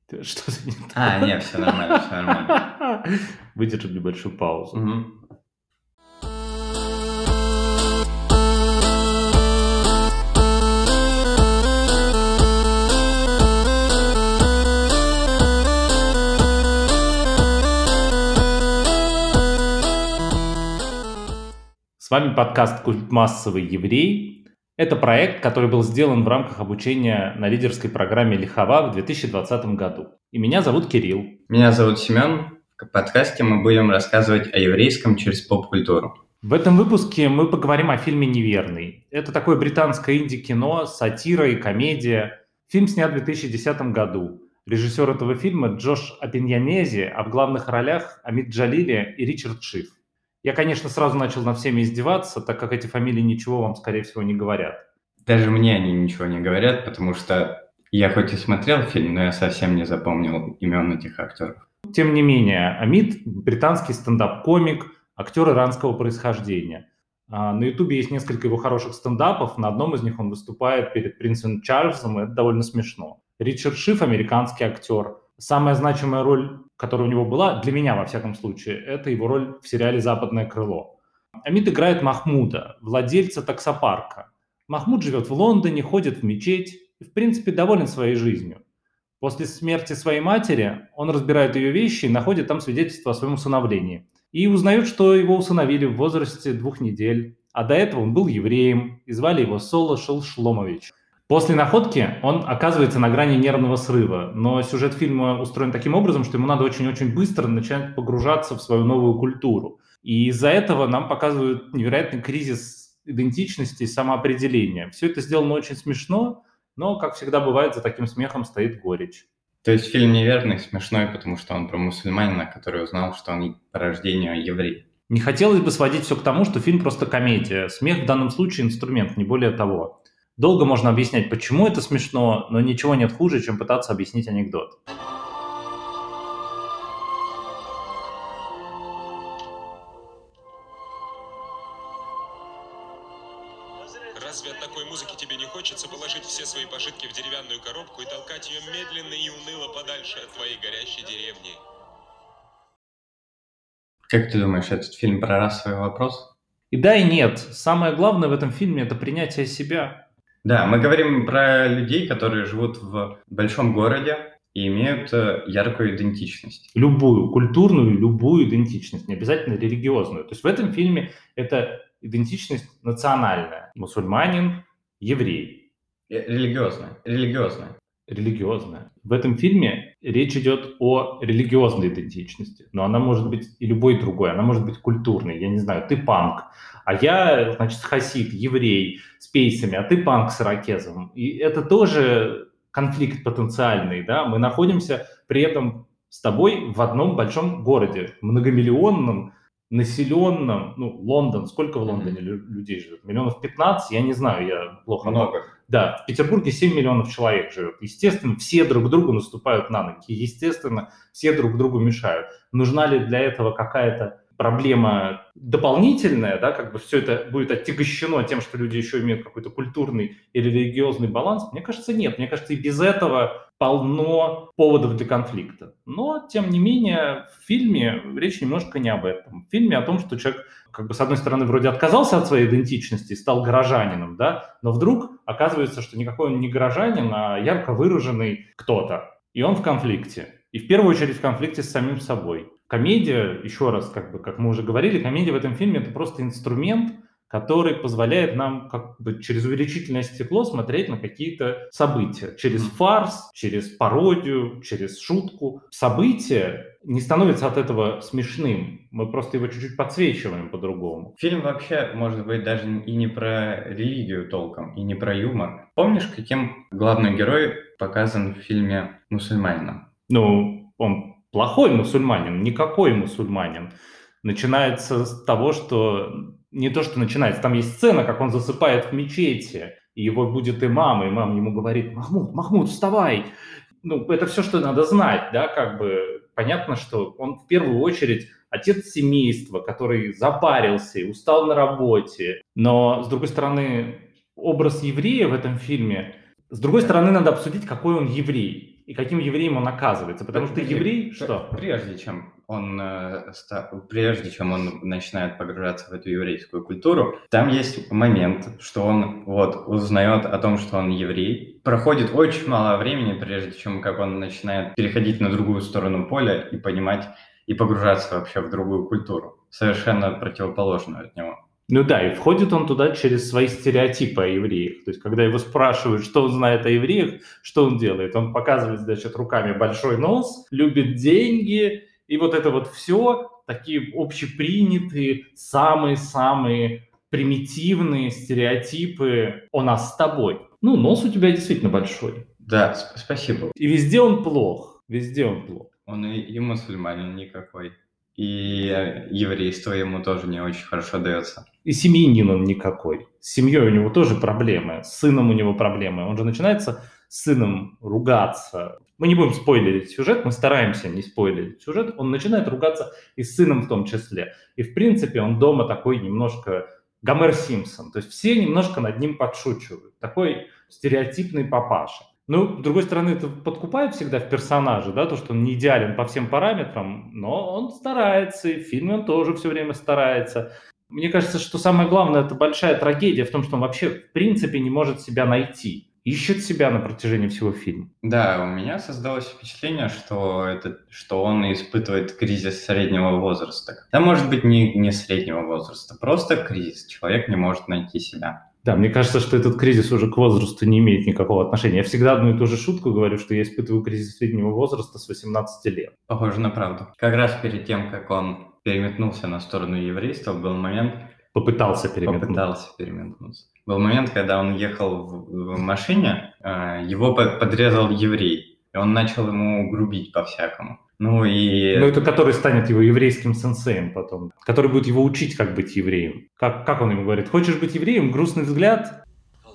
Что-то не Не, все нормально, все нормально. так. Выдержим небольшую паузу. Мгм. С вами подкаст «Культ массовый еврей». Это проект, который был сделан в рамках обучения на лидерской программе «Лихова» в 2020 году. И меня зовут Кирилл. Меня зовут Семен. В подкасте мы будем рассказывать о еврейском через поп-культуру. В этом выпуске мы поговорим о фильме «Неверный». Это такое британское инди-кино, сатира и комедия. Фильм снят в 2010 году. Режиссер этого фильма Джош Апиньянези, а в главных ролях Амит Джалили и Ричард Шиф. Я, конечно, сразу начал над всеми издеваться, так как эти фамилии ничего вам, скорее всего, не говорят. Даже мне они ничего не говорят, потому что я хоть и смотрел фильм, но я совсем не запомнил имен этих актеров. Тем не менее, Амит – британский стендап-комик, актер иранского происхождения. На Ютубе есть несколько его хороших стендапов, на одном из них он выступает перед принцем Чарльзом, и это довольно смешно. Ричард Шиф – американский актер. Самая значимая роль, которая у него была, для меня во всяком случае, это его роль в сериале «Западное крыло». Амит играет Махмуда, владельца таксопарка. Махмуд живет в Лондоне, ходит в мечеть и, в принципе, доволен своей жизнью. После смерти своей матери он разбирает ее вещи и находит там свидетельство о своем усыновлении. И узнает, что его усыновили в возрасте 2 недель, а до этого он был евреем, и звали его Соло Шелшломович. После находки он оказывается на грани нервного срыва, но сюжет фильма устроен таким образом, что ему надо очень-очень быстро начать погружаться в свою новую культуру. И из-за этого нам показывают невероятный кризис идентичности и самоопределения. Все это сделано очень смешно, но, как всегда бывает, за таким смехом стоит горечь. То есть фильм «Неверный» смешной, потому что он про мусульманина, который узнал, что он по рождению еврей. Не хотелось бы сводить все к тому, что фильм просто комедия. Смех в данном случае инструмент, не более того. Долго можно объяснять, почему это смешно, но ничего нет хуже, чем пытаться объяснить анекдот. Разве от такой музыки тебе не хочется положить все свои пожитки в деревянную коробку и толкать ее медленно и уныло подальше от твоей горящей деревни? Как ты думаешь, этот фильм про расовый вопрос? И да, и нет. Самое главное в этом фильме – это принятие себя. Да, мы говорим про людей, которые живут в большом городе и имеют яркую идентичность. Любую, культурную, любую идентичность, не обязательно религиозную. То есть в этом фильме это идентичность национальная. Мусульманин, еврей. Религиозная. Религиозная. В этом фильме речь идет о религиозной идентичности, но она может быть и любой другой, она может быть культурной. Я не знаю, ты панк, а я, значит, хасид, еврей с пейсами, а ты панк с ирокезом. И это тоже конфликт потенциальный, да? Мы находимся при этом с тобой в одном большом городе, многомиллионном, населенном, Лондон, сколько в Лондоне людей живет? 15 миллионов, я не знаю, я плохо... Много. Да, в Петербурге 7 миллионов человек живет. Естественно, все друг другу наступают на ноги. Естественно, все друг другу мешают. Нужна ли для этого какая-то проблема дополнительная, да, как бы все это будет отягощено тем, что люди еще имеют какой-то культурный или религиозный баланс? Мне кажется, нет. Мне кажется, и без этого полно поводов для конфликта. Но, тем не менее, в фильме речь немножко не об этом. В фильме о том, что человек, как бы, с одной стороны, вроде отказался от своей идентичности, стал горожанином, да, но вдруг оказывается, что никакой он не горожанин, а ярко выраженный кто-то. И он в конфликте. И в первую очередь в конфликте с самим собой. Комедия, еще раз, как мы уже говорили, комедия в этом фильме – это просто инструмент, который позволяет нам как бы через увеличительное стекло смотреть на какие-то события. Через фарс, через пародию, через шутку. Событие не становится от этого смешным. Мы просто его чуть-чуть подсвечиваем по-другому. Фильм вообще, может быть, даже и не про религию толком, и не про юмор. Помнишь, каким главный герой показан в фильме «Мусульманином»? Он плохой мусульманин, никакой мусульманин. Начинается с того, что... Не то, что начинается, там есть сцена, как он засыпает в мечети, и его будет имам ему говорит: Махмуд, вставай! Это все, что надо знать, да, как бы понятно, что он в первую очередь отец семейства, который запарился и устал на работе, но, с другой стороны, образ еврея в этом фильме, с другой стороны, надо обсудить, какой он еврей. и каким евреем он оказывается. Потому что еврей... Что? Прежде чем он начинает погружаться в эту еврейскую культуру, там есть момент, что он узнает о том, что он еврей. Проходит очень мало времени, прежде чем как он начинает переходить на другую сторону поля и понимать, и погружаться вообще в другую культуру, совершенно противоположную от него. Ну да, и входит он туда через свои стереотипы о евреях. То есть, когда его спрашивают, что он знает о евреях, что он делает? Он показывает, значит, руками большой нос, любит деньги, и вот это вот все, такие общепринятые, самые-самые примитивные стереотипы о нас с тобой. Ну, нос у тебя действительно большой. Да, спасибо. И везде он плох, везде он плох. Он и мусульманин никакой. И еврейство ему тоже не очень хорошо дается. И семьянин он никакой. С семьей у него тоже проблемы, с сыном у него проблемы. Он же начинается с сыном ругаться. Мы не будем спойлерить сюжет, мы стараемся не спойлерить сюжет. Он начинает ругаться и с сыном в том числе. И в принципе он дома такой немножко Гомер Симпсон. То есть все немножко над ним подшучивают. Такой стереотипный папаша. Ну, с другой стороны, это подкупает всегда в персонаже, да, то, что он не идеален по всем параметрам, но он старается, и в фильме он тоже все время старается. Мне кажется, что самое главное, это большая трагедия в том, что он вообще в принципе не может себя найти. Ищет себя на протяжении всего фильма. Да, у меня создалось впечатление, что он испытывает кризис среднего возраста. Да, может быть, не среднего возраста, просто кризис. Человек не может найти себя. Да, мне кажется, что этот кризис уже к возрасту не имеет никакого отношения. Я всегда одну и ту же шутку говорю, что я испытываю кризис среднего возраста с 18 лет. Похоже на правду. Как раз перед тем, как он переметнулся на сторону еврейства, был момент... Попытался переметнуться. Был момент, когда он ехал в машине, его подрезал еврей, и он начал ему грубить по-всякому. Ну, это который станет его еврейским сенсеем потом, который будет его учить, как быть евреем. Как он ему говорит, хочешь быть евреем? Грустный взгляд.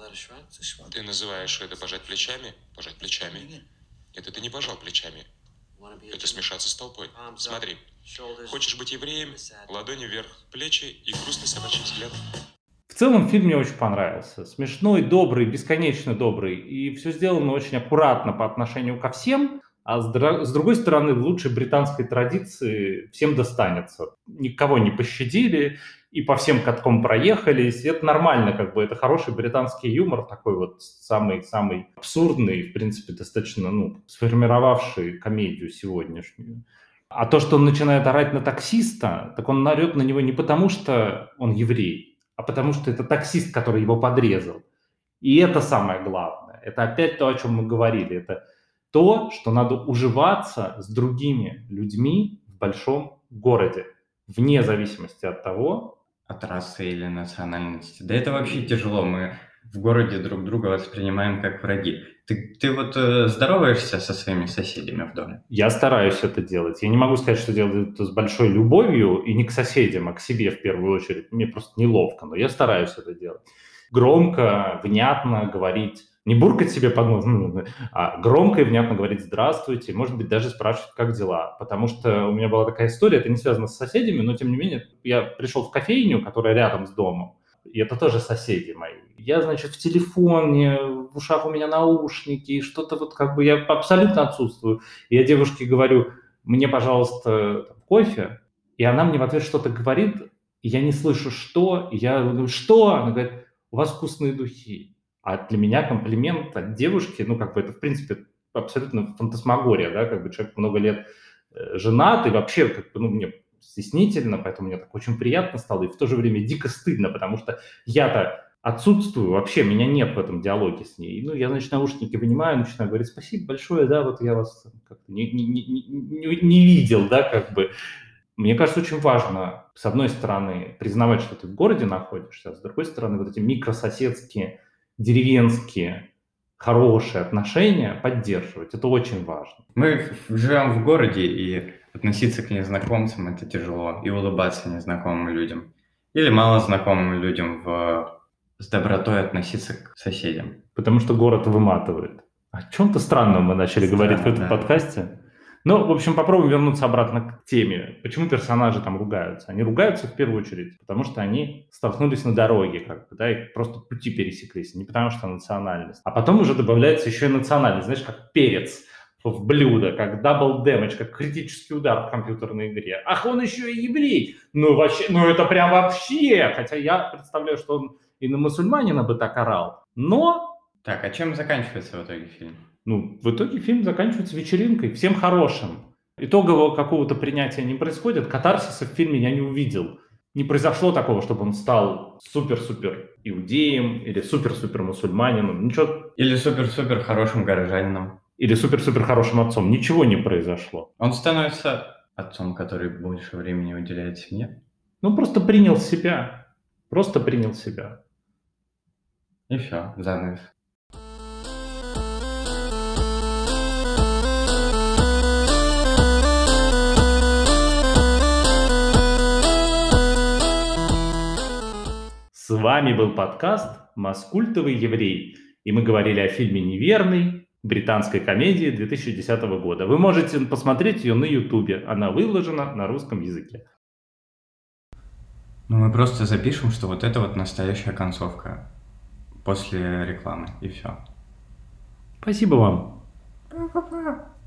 Ты называешь это пожать плечами? Пожать плечами? Это ты не пожал плечами. Это смешаться с толпой. Смотри. Хочешь быть евреем? Ладони вверх, плечи и грустный собачий взгляд. В целом фильм мне очень понравился. Смешной, добрый, бесконечно добрый. И все сделано очень аккуратно по отношению ко всем. А с другой стороны, в лучшей британской традиции всем достанется. Никого не пощадили, и по всем каткам проехались. И это нормально, это хороший британский юмор, такой вот самый-самый абсурдный, в принципе, достаточно, сформировавший комедию сегодняшнюю. А то, что он начинает орать на таксиста, так он орет на него не потому, что он еврей, а потому что это таксист, который его подрезал. И это самое главное. Это опять то, о чем мы говорили. Это то, что надо уживаться с другими людьми в большом городе, вне зависимости от того... От расы или национальности. Да это вообще тяжело. Мы в городе друг друга воспринимаем как враги. Ты здороваешься со своими соседями в доме? Я стараюсь это делать. Я не могу сказать, что делаю это с большой любовью, и не к соседям, а к себе в первую очередь. Мне просто неловко, но я стараюсь это делать. Громко, внятно говорить. Не буркать себе под нос, а громко и внятно говорить «здравствуйте», может быть, даже спрашивать «как дела?». Потому что у меня была такая история, это не связано с соседями, но тем не менее я пришел в кофейню, которая рядом с домом, и это тоже соседи мои. Я, значит, в телефоне, в ушах у меня наушники, и что-то я абсолютно отсутствую. И я девушке говорю: мне, пожалуйста, кофе, и она мне в ответ что-то говорит, и я не слышу «что?», и я говорю «что?», она говорит: у вас вкусные духи. А для меня комплимент от девушки, это, в принципе, абсолютно фантасмагория, да, человек много лет женат, и вообще, мне стеснительно, поэтому мне так очень приятно стало, и в то же время дико стыдно, потому что я-то отсутствую, вообще меня нет в этом диалоге с ней. Я, значит, наушники вынимаю, начинаю говорить: спасибо большое, да, вот я вас как-то не видел, да, Мне кажется, очень важно, с одной стороны, признавать, что ты в городе находишься, а с другой стороны, вот эти микрососедские, деревенские, хорошие отношения поддерживать. Это очень важно. Мы живем в городе, и относиться к незнакомцам – это тяжело, и улыбаться незнакомым людям. Или малознакомым людям с добротой относиться к соседям. Потому что город выматывает. О чем-то странном мы начали говорить в этом подкасте. В общем, попробуем вернуться обратно к теме. Почему персонажи там ругаются? Они ругаются в первую очередь, потому что они столкнулись на дороге, и просто пути пересеклись, не потому что национальность. А потом уже добавляется еще и национальность, знаешь, как перец. в блюдо, как double damage, как критический удар в компьютерной игре. Ах, он еще и еврей! Ну, вообще, ну это прям вообще! Хотя я представляю, что он и на мусульманина бы так орал. Но... Так, а чем заканчивается в итоге фильм? Ну, в итоге фильм заканчивается вечеринкой, всем хорошим. Итогового какого-то принятия не происходит, катарсиса в фильме я не увидел. Не произошло такого, чтобы он стал супер-супер иудеем или супер-супер мусульманином. Ничего. Или супер-супер хорошим горожанином. Или супер-супер хорошим отцом. Ничего не произошло. Он становится отцом, который больше времени уделяет семье. Ну, просто принял себя. Просто принял себя. И все, занавес. С вами был подкаст «Маскультовый еврей». И мы говорили о фильме «Неверный», британской комедии 2010 года. Вы можете посмотреть ее на Ютубе. Она выложена на русском языке. Ну, мы просто запишем, что вот это вот настоящая концовка после рекламы, и все. Спасибо вам. Па-па-па.